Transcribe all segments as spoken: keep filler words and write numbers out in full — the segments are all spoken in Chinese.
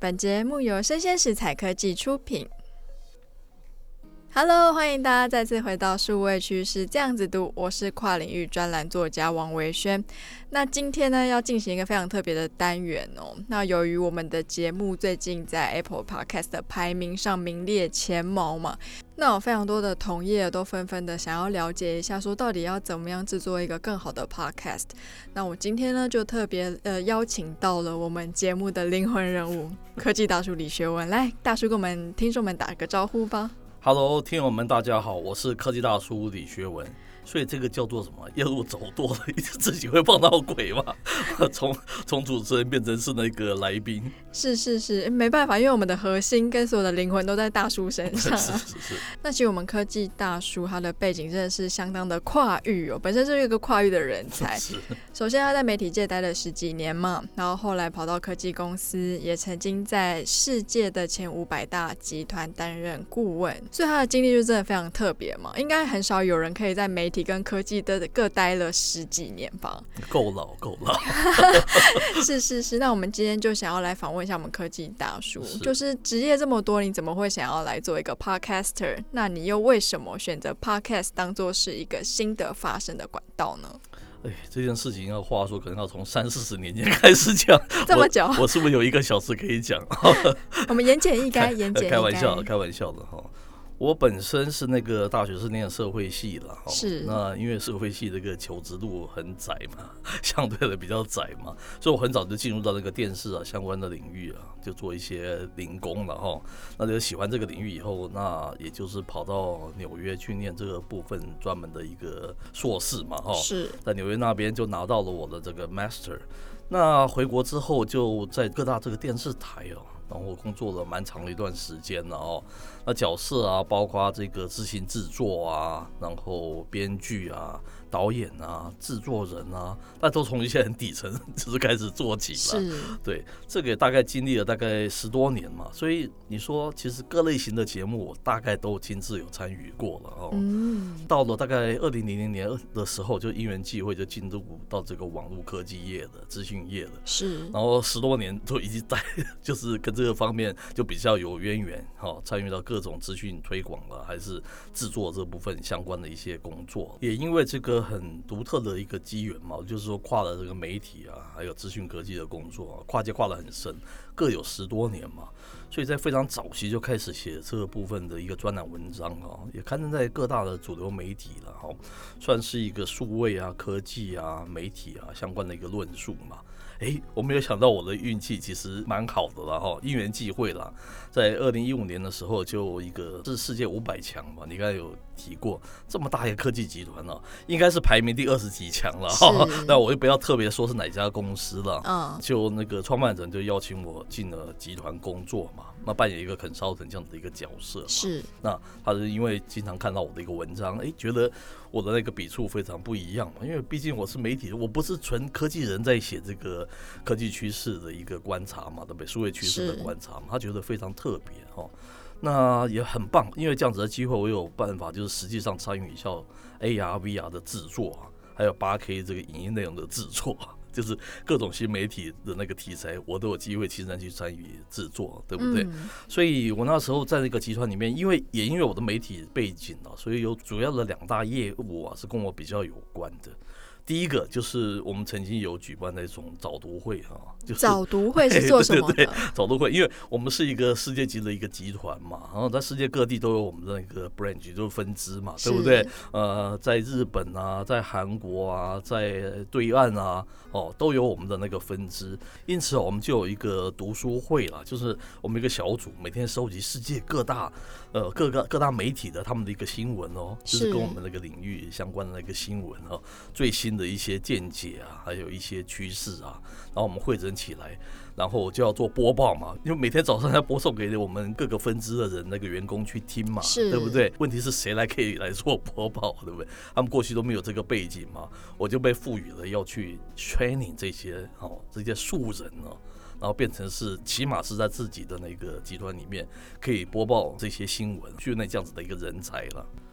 本节目由生鲜食材科技出品。Hello， 欢迎大家再次回到数位趋势这样子读，我是跨领域专栏作家王维轩。那今天呢，要进行一个非常特别的单元哦。那由于我们的节目最近在 Apple Podcast 的排名上名列前茅嘛，那有非常多的同业都纷纷的想要了解一下，说到底要怎么样制作一个更好的 Podcast。那我今天呢，就特别呃邀请到了我们节目的灵魂人物，科技大叔李学文，来，大叔跟我们听众们打个招呼吧。 Hello， 听友们大家好，我是科技大叔李学文。所以这个叫做什么？夜路走多了，自己会碰到鬼嘛？从从主持人变成是那个来宾， 是是是，没办法，因为我们的核心跟所有的灵魂都在大叔身上、啊。 是是是。 那其实我们科技大叔他的背景真的是相当的跨域哦，本身是一个跨域的人才。首先他在媒体界待了十几年嘛，然后后来跑到科技公司，也曾经在世界的前五百大集团担任顾问，所以他的经历就真的非常特别嘛。应该很少有人可以在媒体跟科技的各待了十几年吧， 够老够老。 是是是，那我们今天就想要来访问一下我们科技大叔，是就是职业这么多，你怎么会想要来做一个 podcaster？ 那你又为什么选择 podcast 当作是一个新的发声的管道呢？ 哎，这件事情要话说，可能要从三四十年前开始讲。 这么久， 我, 我是不是有一个小时可以讲？ 我们言简意赅，言简意赅。 开玩笑的，开玩笑的哈。我本身是那个大学是念社会系了， 是那因为社会系这个求职路很窄嘛，相对的比较窄嘛，所以我很早就进入到那个电视啊相关的领域啊，就做一些零工了哈。那就喜欢这个领域以后，那也就是跑到纽约去念这个部分专门的一个硕士嘛哈。 是在纽约那边就拿到了我的这个 master。那回国之后就在各大这个电视台哦。然后工作了蛮长的一段时间了哦，那角色啊，包括这个执行制作啊，然后编剧啊、导演啊、制作人啊，但都从一些很底层就是开始做起了。 是， 对，这个大概经历了大概十多年嘛，所以你说其实各类型的节目我大概都亲自有参与过了哦。嗯，到了大概二零零零年的时候，就因缘际会就进入到这个网络科技业的资讯业的， 是， 然后十多年都一直在就是跟这个方面就比较有渊源，哈，参与到各种资讯推广了，还是制作这部分相关的一些工作。也因为这个很独特的一个机缘嘛，就是说跨了这个媒体啊，还有资讯科技的工作，跨界跨得很深，各有十多年嘛，所以在非常早期就开始写这个部分的一个专栏文章啊，也刊登在各大的主流媒体了，哈，算是一个数位啊、科技啊、媒体啊相关的一个论述嘛。哎，我没有想到我的运气其实蛮好的啦哈，因缘际会啦，在二零一五年的时候就一个是世界五百强嘛，你刚才有提过这么大一个科技集团哦，应该是排名第二十几强了哈。那我就不要特别说是哪家公司了，嗯，就那个创办人就邀请我进了集团工作嘛，那扮演一个 consultant 这样的一个角色嘛。 是， 那他是因为经常看到我的一个文章，哎，觉得我的那个笔触非常不一样嘛，因为毕竟我是媒体，我不是纯科技人在写这个科技趋势的一个观察嘛，对不对？数位趋势的观察嘛，他觉得非常特别哈。那也很棒，因为这样子的机会，我有办法就是实际上参与一下 A R、V R 的制作，还有 八 K 这个影音内容的制作，就是各种新媒体的那个题材，我都有机会亲身去参与制作，对不对？嗯、所以我那时候在那个集团里面，因为也因为我的媒体背景啊，所以有主要的两大业务啊是跟我比较有关的。第一个就是我们曾经有举办那种早读会哈、啊，就是早读会是做什么的？ 对对对，早读会，因为我们是一个世界级的一个集团嘛，然后在世界各地都有我们的那个 branch， 就是分支嘛，对不对？呃，在日本啊，在韩国啊，在对岸啊，哦，都有我们的那个分支。因此，我们就有一个读书会啦，就是我们一个小组每天收集世界各大呃各个各大媒体的他们的一个新闻哦，就是跟我们那个领域相关的那个新闻哦，最新的一些见解啊，还有一些趋势啊，然后我们汇整起来，然后就要做播报嘛，因为每天早上要播送给我们各个分支的人那个员工去听嘛，对不对？问题是谁来可以来做播报，对不对？他们过去都没有这个背景嘛，我就被赋予了要去 training 这些哦这些素人哦。然后变成是起码是在自己的那个集团里面可以播报这些新闻，训练这样子的一个人才了。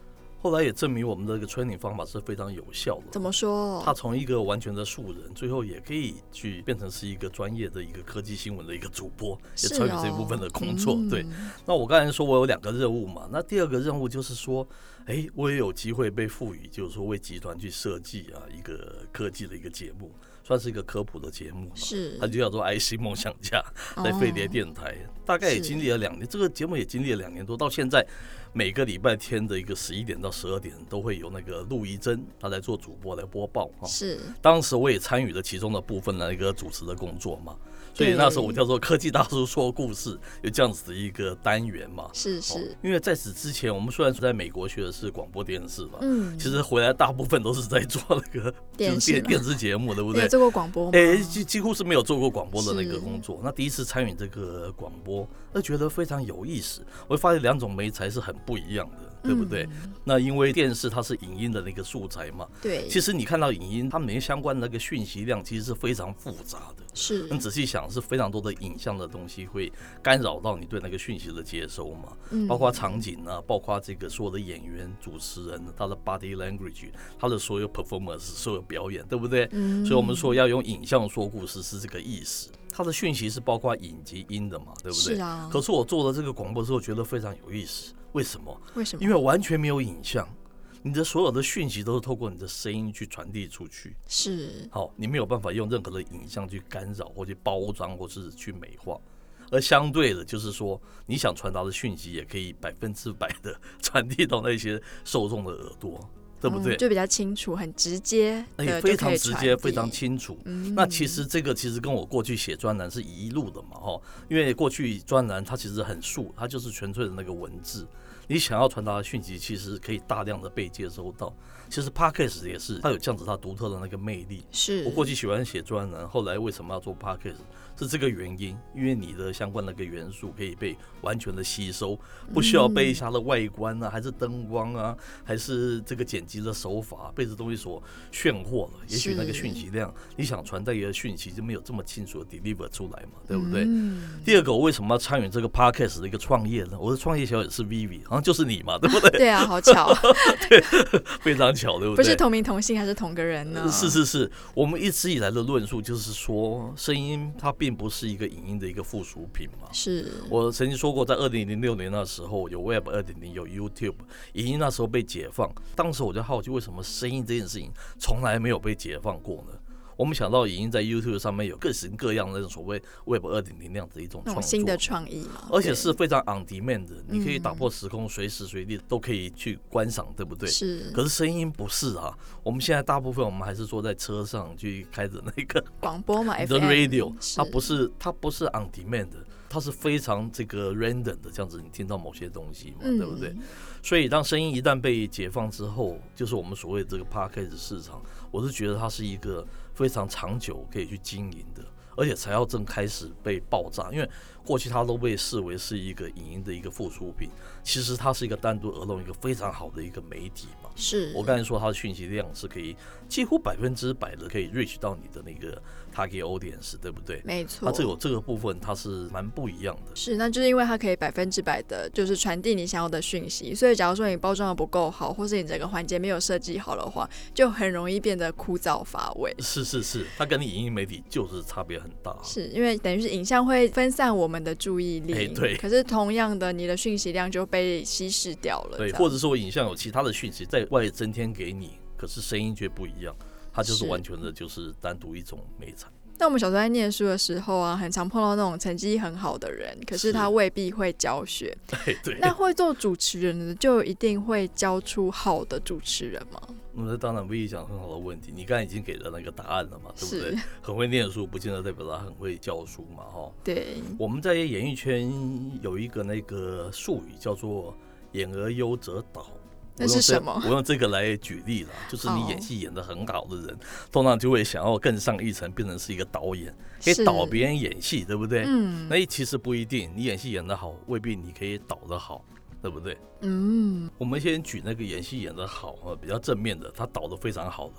后来也证明我们的这个 training 方法是非常有效的。 怎么说？ 他从一个完全的素人，最后也可以去变成是一个专业的一个科技新闻的一个主播，也参与这一部分的工作。 嗯、 对，那我刚才说我有两个任务嘛，那第二个任务就是说，哎，我也有机会被赋予，就是说为集团去设计啊一个科技的一个节目。算是一个科普的节目， 是它就叫做 I C 梦想家，在飞碟电台，哦、大概也经历了两年，这个节目也经历了两年多，到现在每个礼拜天的一个十一点到十二点都会有那个陆怡珍他来做主播来播报， 是， 当时我也参与了其中的部分的一个主持的工作嘛。所以那时候我叫做科技大叔说故事，有这样子的一个单元嘛。 是是、哦， 因为在此之前，我们虽然在美国学的是广播电视嘛， 嗯， 其实回来大部分都是在做那个电视电电视节目，对不对？ 有做过广播吗？ 哎、欸，几几乎是没有做过广播的那个工作。那第一次参与这个广播，那觉得非常有意思。我会发现两种媒材是很不一样的。对不对、嗯？那因为电视它是影音的那个素材嘛， 对。 其实你看到影音，它每相关的那个讯息量其实是非常复杂的。 是。 你仔细想，是非常多的影像的东西会干扰到你对那个讯息的接收嘛。嗯。包括场景啊，包括这个所有的演员、主持人，他的 body language， 他的所有 performance， 所有表演，对不对？嗯。所以我们说要用影像说故事是这个意思。它的讯息是包括影及音的嘛，对不对？ 是啊。 可是我做了这个广播之后，觉得非常有意思。为什么？ 为什么？ 因为完全没有影像，你的所有的讯息都是透过你的声音去传递出去。 是。 好，你没有办法用任何的影像去干扰或去包装或是去美化。而相对的，就是说，你想传达的讯息也可以百分之百的传递到那些受众的耳朵。对不对、 嗯？就比较清楚，很直接的、欸， 非常直接，非常清楚、 嗯。 那其实这个其实跟我过去写专栏是一路的嘛，哈，因为过去专栏它其实很素，它就是纯粹的那个文字。你想要传达的讯息，其实可以大量的被接收到。其实 Podcast 也是，它有这样子它独特的那个魅力。 是我过去喜欢写专栏，后来为什么要做 Podcast？是这个原因，因为你的相关的一个元素可以被完全的吸收，不需要被它的外观啊，还是灯光啊，还是这个剪辑的手法被这东西所炫惑了。也许那个讯息量，你想传递的讯息就没有这么清楚的 deliver 出来嘛，对不对？嗯、第二个，我为什么要参与这个 podcast 的一个创业呢？我的创业小姐是 Vivi， 好像就是你嘛，对不对？ 对啊，好巧， 对，非常巧，对不对？ 不是同名同姓还是同个人呢？ 是是是，我们一直以来的论述就是说，声音它并不是一个影音的一个附属品嘛。 是我曾经说过，在二零零六年那时候有 Web 二点零，有 YouTube， 影音那时候被解放，当时我就好奇，为什么声音这件事情从来没有被解放过呢？我们想到影音在 YouTube 上面有各式各样的那种所谓 Web 二点零 那样的一种创作， 新的创意嘛， 而且是非常 on demand 的，你可以打破时空，随时随地都可以去观赏，对不对？ 是。 可是声音不是啊，我们现在大部分我们还是坐在车上去开着那个广播嘛 ，the radio， 它不是它不是 on demand 的，它是非常这个 random 的，这样子你听到某些东西嘛，嗯、对不对？所以当声音一旦被解放之后，就是我们所谓的这个 podcast 市场，我是觉得它是一个非常长久可以去经营的，而且才要正开始被爆炸，因为过去它都被视为是一个影音的一个附属品，其实它是一个单独而论一个非常好的一个媒体嘛。 是我刚才说它的讯息量是可以几乎百分之百的可以 reach 到你的那个 target audience， 对不对？ 没错， 它这个这个部分它是蛮不一样的。 是，那就是因为它可以百分之百的，就是传递你想要的讯息，所以假如说你包装的不够好，或是你整个环节没有设计好的话，就很容易变得枯燥乏味。 是是是，它跟你影音媒体就是差别很大。 是因为等于是影像会分散我们的注意力， 欸、对。 可是同样的，你的讯息量就被稀释掉了。 对，或者说影像有其他的讯息在外增添给你，可是声音却不一样，它就是完全的就是单独一种媒材。 那我们小时候在念书的时候啊，很常碰到那种成绩很好的人，可是他未必会教学。 对对。 那会做主持人的，就一定会教出好的主持人吗？ 那当然不一讲很好的问题，你刚才已经给了那个答案了嘛，对不对？很会念书，不见得代表他很会教书嘛，哈。 对。 我们在演艺圈有一个那个术语叫做“演而优则导”。 那是什么？ 我用这个来举例了，就是你演戏演得很好的人，哦、通常就会想要更上一层，变成是一个导演，可以导别人演戏，对不对？嗯。那其实不一定，你演戏演得好，未必你可以导得好，对不对？ 嗯。 我们先举那个演戏演得好，比较正面的，他导得非常好的，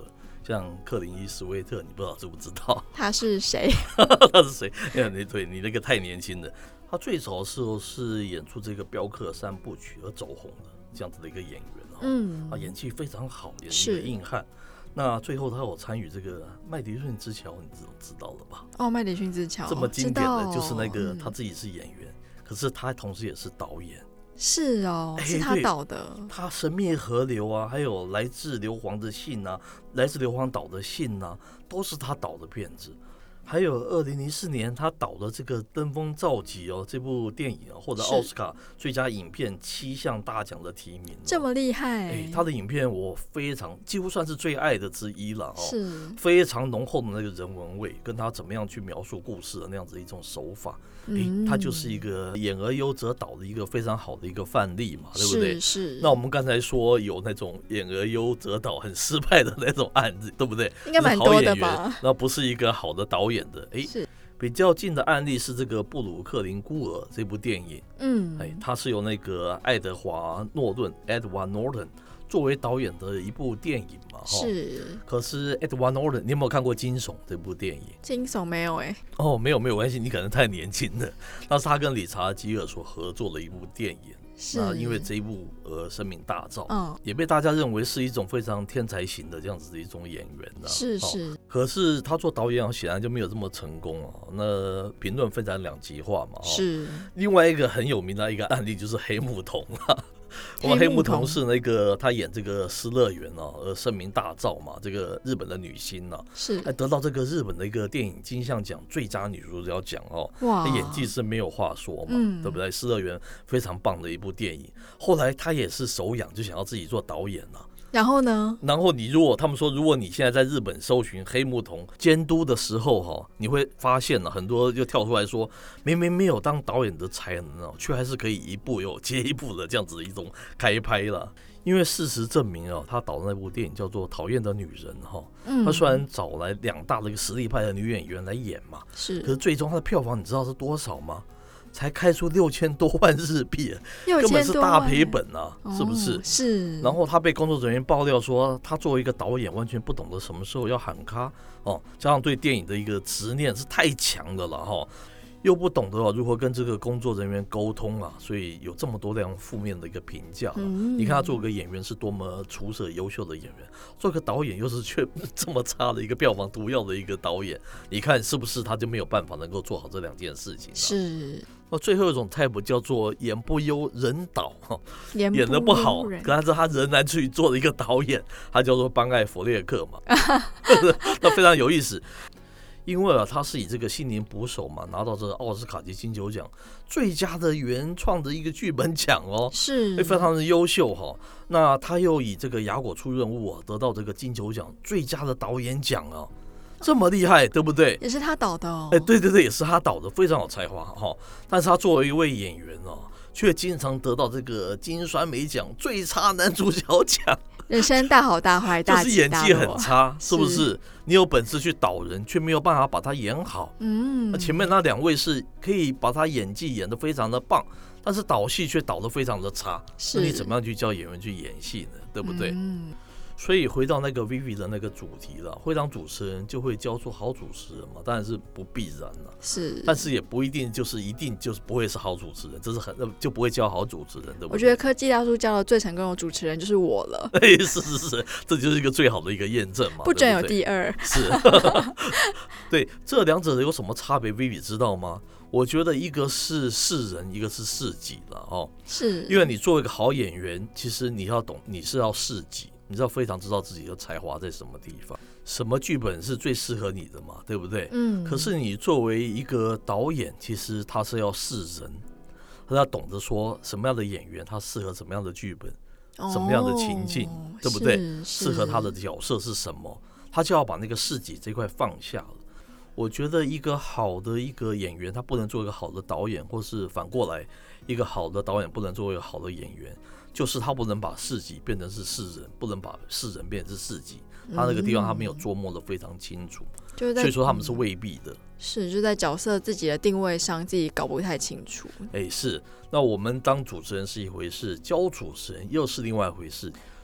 像克林伊斯威特，你不知道知不知道？ 他是谁？ 他是谁？你对你那个太年轻了。他最早的时候是演出这个镖客三部曲而走红的这样子的一个演员哦，嗯，啊，演技非常好，也是一个硬汉。那最后他有参与这个麦迪逊之桥，你知知道了吧？ 哦，麦迪逊之桥， 这么经典的就是那个、嗯、他自己是演员，可是他同时也是导演。 是哦，是他导的。 他《神灭河流》啊，还有来自硫磺的信啊，来自硫磺岛的信啊，都是他导的片子。还有二零零四年他导的这个《登峰造极》哦，这部电影啊，获得奥斯卡最佳影片七项大奖的提名、哦， 这么厉害、 欸！他的影片我非常几乎算是最爱的之一了哦， 是非常浓厚的那个人文味，跟他怎么样去描述故事的那样子一种手法，哎、嗯欸，他就是一个演而优则导的一个非常好的一个范例嘛，对不对？ 是是。 那我们刚才说有那种演而优则导很失败的那种案子，对不对？ 应该蛮多的吧？ 那不是一个好的导演。哎，比较近的案例是这个《布鲁克林孤儿》这部电影，嗯，哎，它是由那个爱德华·诺顿 （Edward Norton） 作为导演的一部电影嘛， 是。 可是 Edward Norton， 你有没有看过《惊悚》这部电影？ 惊悚没有哎、欸。 哦，没有没有关系，你可能太年轻了。那是他跟理查基尔所合作的一部电影。那因为这一部而声名大噪、嗯，也被大家认为是一种非常天才型的这样子的一种演员、啊、 是是、哦。 可是他做导演显然就没有这么成功哦。那评论非常两极化嘛、哦。 是。 另外一个很有名的一个案例就是黑木瞳啊。我们黑木瞳是那个他演这个《失乐园》哦而声名大噪嘛，这个日本的女星啊， 是还得到这个日本的一个电影金像奖最佳女主角奖哦。哇，演技是没有话说嘛、嗯，对不对？《失乐园》非常棒的一部电影。后来他也是手痒，就想要自己做导演啊。 然后呢？ 然后你如果他们说，如果你现在在日本搜寻黑木瞳监督的时候哈，你会发现了很多就跳出来说，明明没有当导演的才能哦，却还是可以一部又接一部的这样子的一种开拍了。因为事实证明哦，他导的那部电影叫做《讨厌的女人》哈，他虽然找来两大的一个实力派的女演员来演嘛， 是， 可是最终他的票房你知道是多少吗？才开出六千多万日币，根本是大赔本啊，哦、是不是？ 是。 然后他被工作人员爆料说，他作为一个导演，完全不懂得什么时候要喊卡哦，加上对电影的一个执念是太强的了哈、哦，又不懂得如何跟这个工作人员沟通啊，所以有这么多这样负面的一个评价、嗯。你看他做个演员是多么出色优秀的演员，做个导演又是却这么差的一个票房毒药的一个导演，你看是不是他就没有办法能够做好这两件事情、啊？ 是。 那最后一种 type 叫做演不优人导，演得不好，可是他仍然去做了一个导演，他叫做班艾弗列克嘛，那非常有意思。因为啊，他是以这个《心灵捕手》嘛，拿到这个奥斯卡及金球奖最佳的原创的一个剧本奖哦， 是非常的优秀哈、哦。那他又以这个《雅果出任务》啊，得到这个金球奖最佳的导演奖啊。这么厉害，对不对？ 也是他导的哦。 哎，对对对，也是他导的，非常有才华哈。但是他作为一位演员哦，却经常得到这个金酸梅奖最差男主角奖。 人生大好大坏，大就是演技很差，是不是？你有本事去导人，却没有办法把他演好。嗯，前面那两位是可以把他演技演得非常的棒，但是导戏却导得非常的差。那你怎么样去教演员去演戏呢？对不对？嗯。所以回到那个 Vivi 的那个主题了，会当主持人就会教出好主持人嘛？当然是不必然了， 是， 但是也不一定就是一定就是不会是好主持人，这是很就不会教好主持人，对不对？ 我觉得科技大叔教的最成功的主持人就是我了。 哎，是是是，这就是一个最好的一个验证嘛， 不准有第二。 是，对，这两者有什么差别 ？Vivi 知道吗？我觉得一个是世人，一个是事己了哦。 是， 因为你作为一个好演员，其实你要懂，你是要事己。你知道非常知道自己的才华在什么地方，什么剧本是最适合你的嘛，对不对？嗯。可是你作为一个导演，其实他是要识人，他要懂得说什么样的演员他适合什么样的剧本，哦、什么样的情境，对不对？适合他的角色是什么，他就要把那个事己这块放下了。我觉得一个好的一个演员，他不能做一个好的导演，或是反过来，一个好的导演不能做一个好的演员。就是他不能把事己变成是世人，不能把世人变成是事己，他那个地方他没有琢磨得非常清楚，嗯、所以说他们是未必的。 是，就在角色自己的定位上，自己搞不太清楚。 哎，是。那我们当主持人是一回事，教主持人又是另外一回事。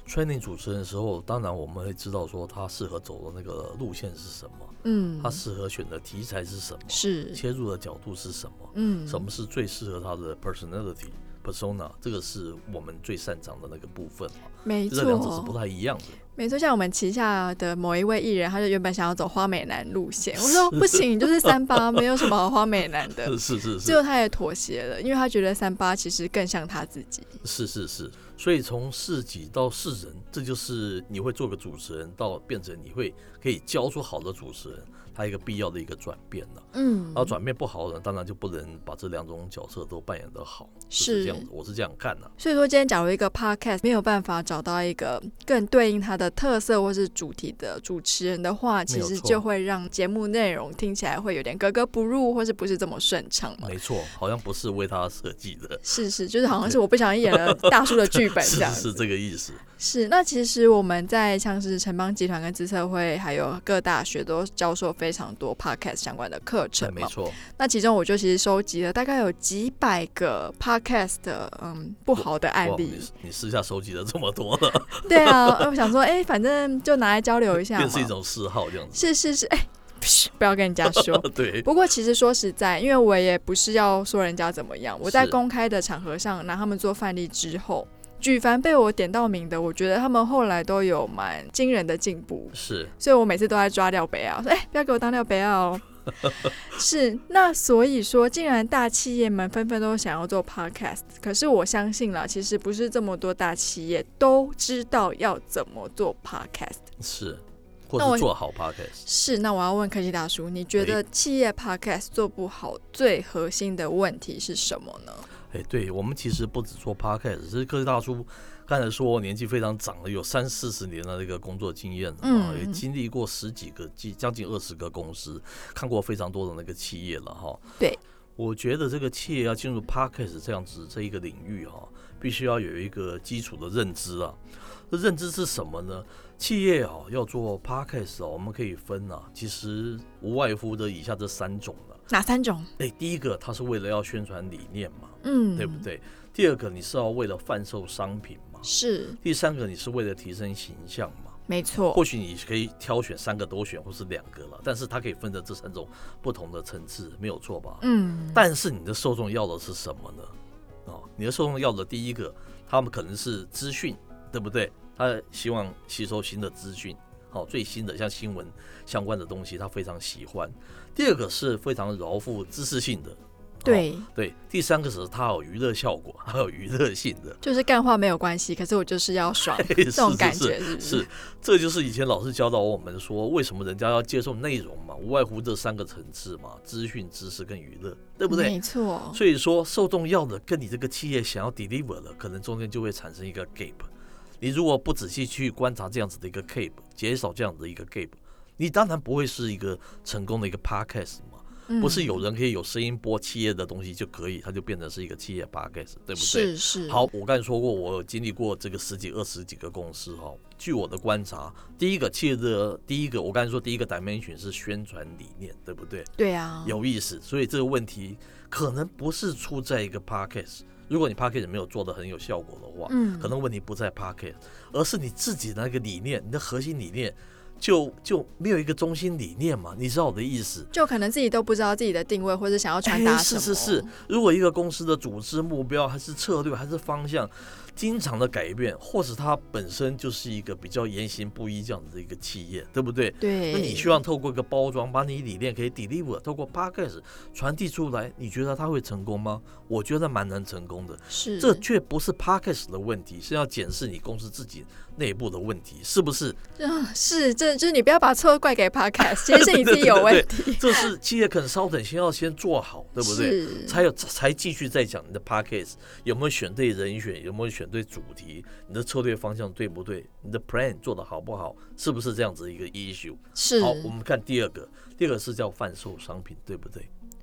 training 主持人的时候，当然我们会知道说他适合走的那个路线是什么， 嗯， 他适合选的题材是什么， 是切入的角度是什么， 嗯， 什么是最适合他的 personality persona， 这个是我们最擅长的那个部分嘛。 没错， 这两者是不太一样的。 没错，像我们旗下的某一位艺人，他就原本想要走花美男路线，我说不行，你就是三八，没有什么好花美男的。 是是是， 最后他也妥协了，因为他觉得三八其实更像他自己。 是是是，所以从市己到市人，这就是你会做个主持人，到变成你会可以教出好的主持人，他一个必要的一个转变了。 嗯， 然后转变不好的人，当然就不能把这两种角色都扮演得好。是这样子，我是这样看的、啊。 所以说，今天假如一个 podcast 没有办法找到一个更对应它的特色或是主题的主持人的话，其实就会让节目内容听起来会有点格格不入，或是不是这么顺畅嘛。 没错，好像不是为他设计的。 是是，就是好像是我不小心演了大叔的剧本这样子。 是是这个意思。 是，那其实我们在像是城邦集团跟资策会还有各大学都教授非常多 podcast 相关的课程嘛。 没错。 那其中我就其实收集了大概有几百个 podcast 的嗯不好的案例。 你, 你私下收集了这么多了？ 对啊，我想说，哎、欸，反正就拿来交流一下嘛。 变是一种嗜好这样子。 是是是，哎、欸，不要跟人家说。 对。 不过其实说实在，因为我也不是要说人家怎么样，我在公开的场合上拿他们做范例之后。举凡被我点到名的，我觉得他们后来都有蛮惊人的进步， 是， 所以我每次都在抓廖北奥，说：“哎、欸，不要给我当廖北奥哦。”是，那所以说，既然大企业们纷纷都想要做 podcast， 可是我相信啦，其实不是这么多大企业都知道要怎么做 podcast， 是，或是做好 podcast。 是，那我要问科技大叔，你觉得企业 podcast 做不好最核心的问题是什么呢？ 哎，对，我们其实不只做 podcast， 只是科技大叔刚才说年纪非常长了，有三四十年的这个工作经验了、嗯、也经历过十几个、将近二十个公司，看过非常多的那个企业了哈。 对， 我觉得这个企业要进入 podcast 这样子这一个领域哈，必须要有一个基础的认知啊。这认知是什么呢？企业啊要做 podcast 啊，我们可以分啊，其实无外乎的以下这三种了。 哪三种？ 哎，第一个，它是为了要宣传理念嘛， 嗯， 对不对？第二个，你是要为了贩售商品嘛， 是。 第三个，你是为了提升形象嘛， 没错。 或许你可以挑选三个都选，或是两个了，但是它可以分成这三种不同的层次，没有错吧？ 嗯。 但是你的受众要的是什么呢？哦，你的受众要的第一个，他们可能是资讯，对不对？他希望吸收新的资讯。好，最新的像新闻相关的东西，他非常喜欢。第二个是非常饶富知识性的， 对、哦、 对。第三个是它有娱乐效果，还有娱乐性的， 就是干话没有关系，可是我就是要爽，这种感觉是不是？ 是，这就是以前老师教导我们说，为什么人家要接受内容嘛，无外乎这三个层次嘛，资讯、知识跟娱乐，对不对？ 没错。 所以说，受众要的跟你这个企业想要 deliver 的，可能中间就会产生一个 gap。你如果不仔细去观察这样子的一个 gap， 减少这样子的一个 gap， 你当然不会是一个成功的一个 podcast 嘛、嗯、不是有人可以有声音播企业的东西就可以，它就变成是一个企业 podcast， 对不对？ 是是。 好，我刚才说过，我有经历过这个十几二十几个公司哈。据我的观察，第一个企业的第一个，我刚才说第一个 dimension 是宣传理念，对不对？ 对啊， 有意思。所以这个问题可能不是出在一个 podcast。如果你 podcast 没有做得很有效果的话，嗯，可能问题不在 podcast， 而是你自己的那个理念，你的核心理念就就没有一个中心理念嘛？你知道我的意思？ 就可能自己都不知道自己的定位，或者想要传达什么。 是是是，如果一个公司的组织目标还是策略还是方向经常的改变，或是它本身就是一个比较言行不一这样子的一个企业，对不对？ 对。 那你希望透过一个包装，把你理念可以 deliver， 透过 podcast 传递出来，你觉得它会成功吗？我觉得蛮难成功的。 是。 这却不是 podcast 的问题，是要检视你公司自己内部的问题，是不是？ 嗯，是，这就是你不要把错怪给 podcast， 其实是你自己有问题。 对对对，这是企业 consultant 先要先做好，对不对？才有才继续再讲你的 podcast 有没有选对人选，有没有选对主题，你的策略方向对不对，你的 plan 做得好不好，是不是这样子一个 issue？ 是。 好，我们看第二个，第二个是叫贩售商品，对不对？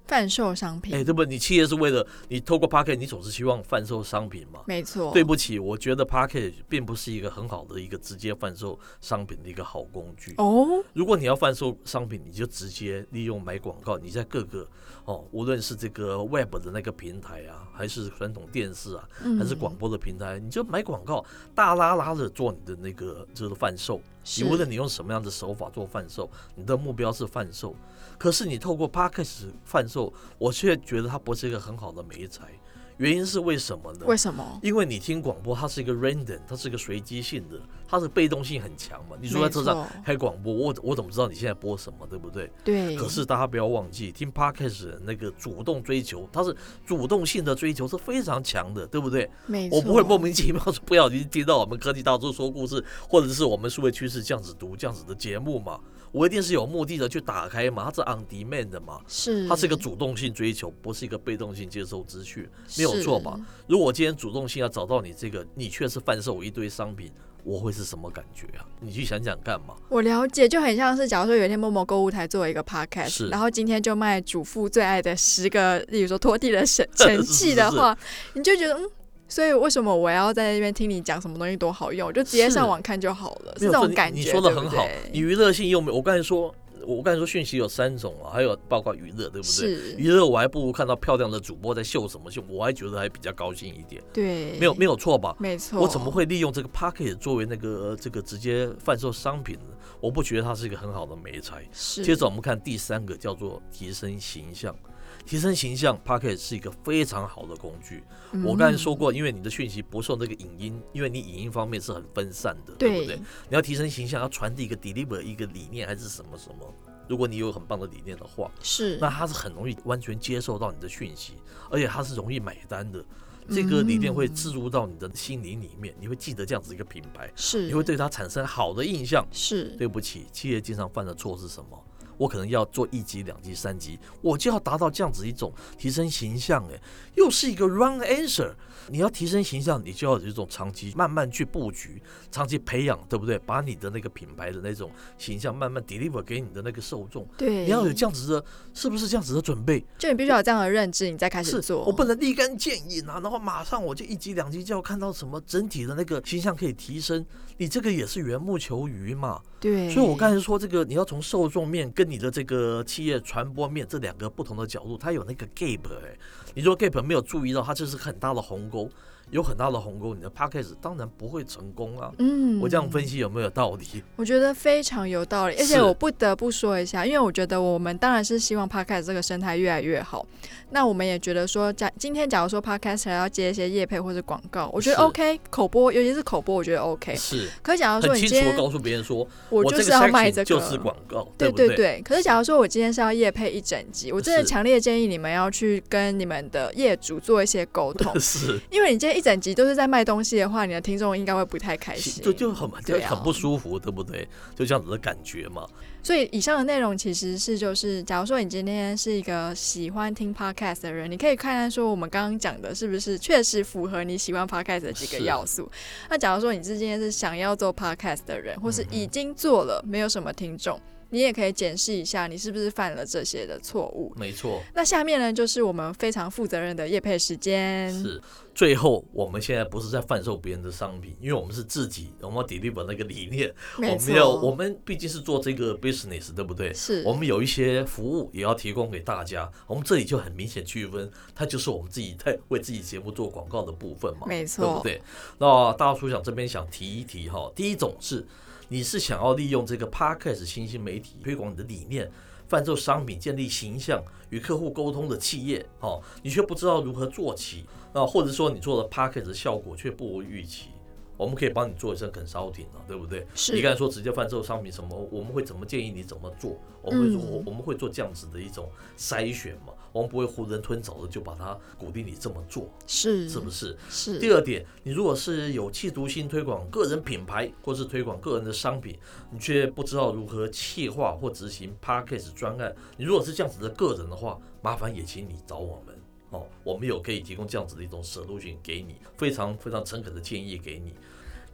贩售商品， 哎，对不对？你企业是为了你透过 Podcast， 你总是希望贩售商品嘛？ 没错。 对不起，我觉得 Podcast 并不是一个很好的一个直接贩售商品的一个好工具。 哦，如果你要贩售商品，你就直接利用买广告。你在各个哦，无论是这个 Web 的那个平台啊，还是传统电视啊，还是广播的平台，嗯、你就买广告，大拉拉的做你的那个就是贩售。你无论你用什么样的手法做贩售，你的目标是贩售。可是你透过 Podcast 贩售，我却觉得它不是一个很好的媒材。原因是为什么呢？ 为什么？ 因为你听广播，它是一个 random， 它是一个随机性的，它是被动性很强嘛。你说在车上开广播，我我怎么知道你现在播什么，对不对？ 对。 可是大家不要忘记，听 podcast 的那个主动追求，它是主动性的追求是非常强的，对不对？ 没错。 我不会莫名其妙不小心听到我们科技大叔说故事，或者是我们数位趋势这样子读这样子的节目嘛。我一定是有目的的去打开嘛，它是 on demand 的嘛， 是， 它是一个主动性追求，不是一个被动性接受资讯，没有错吧？如果我今天主动性要找到你这个，你却是贩售我一堆商品，我会是什么感觉啊？你去想想干嘛？ 我了解，就很像是假如说有一天某某购物台做一个 podcast， 然后今天就卖主妇最爱的十个，例如说拖地的神器的话，是是是你就觉得嗯。所以为什么我要在那边听你讲什么东西多好用？我就直接上网看就好了，是这种感觉。 你说的很好，你娱乐性又没有。我刚才说，我刚才说讯息有三种啊，还有包括娱乐，对不对？娱乐我还不如看到漂亮的主播在秀什么秀，我还觉得还比较高兴一点。 对， 没有没有错吧？ 没错。 我怎么会利用这个 Podcast 作为那个这个直接贩售商品呢？我不觉得它是一个很好的媒材。接着我们看第三个，叫做提升形象。提升形象 Podcast 是一个非常好的工具、嗯、我刚才说过，因为你的讯息不受那个影音，因为你影音方面是很分散的， 对, 对不对？你要提升形象，要传递一个 deliver 一个理念还是什么什么，如果你有很棒的理念的话， 是， 那它是很容易完全接受到你的讯息，而且它是容易买单的。这个理念会置入到你的心灵里面，你会记得这样子一个品牌， 是， 你会对它产生好的印象。 是， 对不起，企业经常犯的错是什么？我可能要做一级、两级、三级，我就要达到这样子一种提升形象，哎，又是一个 wrong answer。你要提升形象，你就要有一种长期慢慢去布局、长期培养，对不对？把你的那个品牌的那种形象慢慢 deliver 给你的那个受众。 对， 你要有这样子的，是不是这样子的准备？ 就你必须要有这样的认知，你再开始做。 我不能立竿见影啊，然后马上我就一级、两级就要看到什么整体的那个形象可以提升。你这个也是缘木求鱼嘛。 对， 所以我刚才说这个，你要从受众面跟你的这个企业传播面这两个不同的角度，它有那个 gap 哎、欸，你说 gap 没有注意到，它就是很大的鸿沟，有很大的鸿沟，你的 podcast 当然不会成功啊。嗯，我这样分析有没有道理？ 我觉得非常有道理，而且我不得不说一下，因为我觉得我们当然是希望 podcast 这个生态越来越好。那我们也觉得说，假今天假如说 podcast 要接一些业配或者广告，我觉得 OK， 口播尤其是口播，我觉得 OK。 是， 可是假如说你今天很清楚地告诉别人说， 我就是要卖这个， 就是广告， 对对对对。可是假如说我今天是要业配一整集，我真的强烈建议你们要去跟你们的业主做一些沟通， 是， 因为你今天一整集都是在卖东西的话，你的听众应该会不太开心， 就就很就很不舒服，对不对？就这样子的感觉嘛。 所以以上的内容其实是就是，假如说你今天是一个喜欢听 podcast 的人，你可以看看说我们刚刚讲的是不是确实符合你喜欢 podcast 的几个要素。那假如说你今天是想要做 podcast 的人，或是已经做了没有什么听众，你也可以检视一下你是不是犯了这些的错误。 没错。 那下面呢，就是我们非常负责任的业配时间。 是。最后，我们现在不是在贩售别人的商品，因为我们是自己，我们要 deliver 那个理念。我们要，我们毕竟是做这个 business， 对不对？ 是。我们有一些服务也要提供给大家。我们这里就很明显区分，它就是我们自己在为自己节目做广告的部分嘛。 没错， 对不对？那大叔想这边想提一提哈，第一种是你是想要利用这个 podcast 新兴媒体推广你的理念。贩售商品、建立形象、与客户沟通的企业，哦，你却不知道如何做起，啊，或者说你做的 podcast 的效果却不如预期，我们可以帮你做一声 consulting 啊，对不对？你刚才说直接贩售商品什么，我们会怎么建议你怎么做？我们会做、嗯、我们会做这样子的一种筛选嘛，我们不会囫囵吞枣的就把它鼓励你这么做， 是是不是？ 是。 第二点，你如果是有企图心推广个人品牌，或是推广个人的商品，你却不知道如何企划或执行 podcast 专案，你如果是这样子的个人的话，麻烦也请你找我们。哦，我们有可以提供这样子的一种solution给你，非常非常诚恳的建议给你。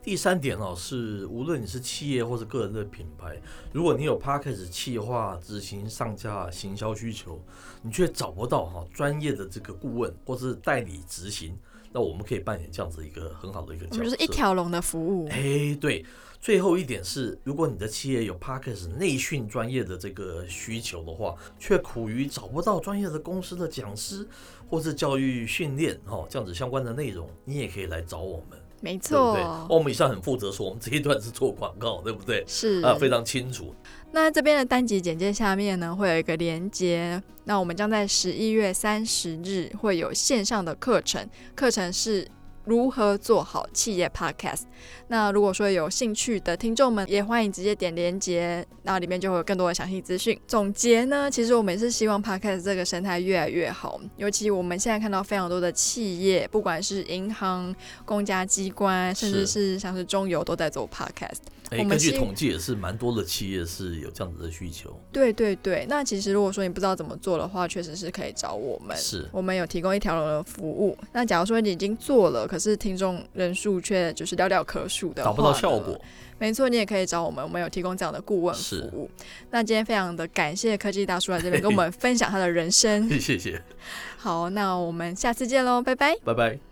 第三点哦，是无论你是企业或是个人的品牌，如果你有 Podcast 企划、执行、上架、行销需求，你却找不到哈专业的这个顾问或是代理执行，那我们可以扮演这样子一个很好的一个角色， 我们就是一条龙的服务。 哎，对。最后一点是，如果你的企业有 Podcast 内训专业的这个需求的话，却苦于找不到专业的公司的讲师或是教育训练哈这样子相关的内容，你也可以来找我们。 没错， 对不对？哦，我们以上很负责说，我们这一段是做广告，对不对？ 是啊，非常清楚。 那这边的单集简介下面呢，会有一个连接。那我们将在十一月三十日会有线上的课程，课程是如何做好企业 Podcast。 那如果说有兴趣的听众们，也欢迎直接点连结，那里面就会有更多的详细资讯。总结呢，其实我们也是希望 Podcast 这个生态越来越好，尤其我们现在看到非常多的企业，不管是银行、公家机关，甚至是像是中油都在做 Podcast。 欸、根据统计也是蛮多的企业是有这样子的需求。 对对对，那其实如果说你不知道怎么做的话，确实是可以找我们， 是我们有提供一条龙的服务。那假如说你已经做了，可是听众人数却就是寥寥可数的话， 找不到效果， 没错，你也可以找我们，我们有提供这样的顾问服务。那今天非常的感谢科技大叔来这边跟我们分享他的人生， 谢谢。 好，那我们下次见喽，拜拜， 拜拜。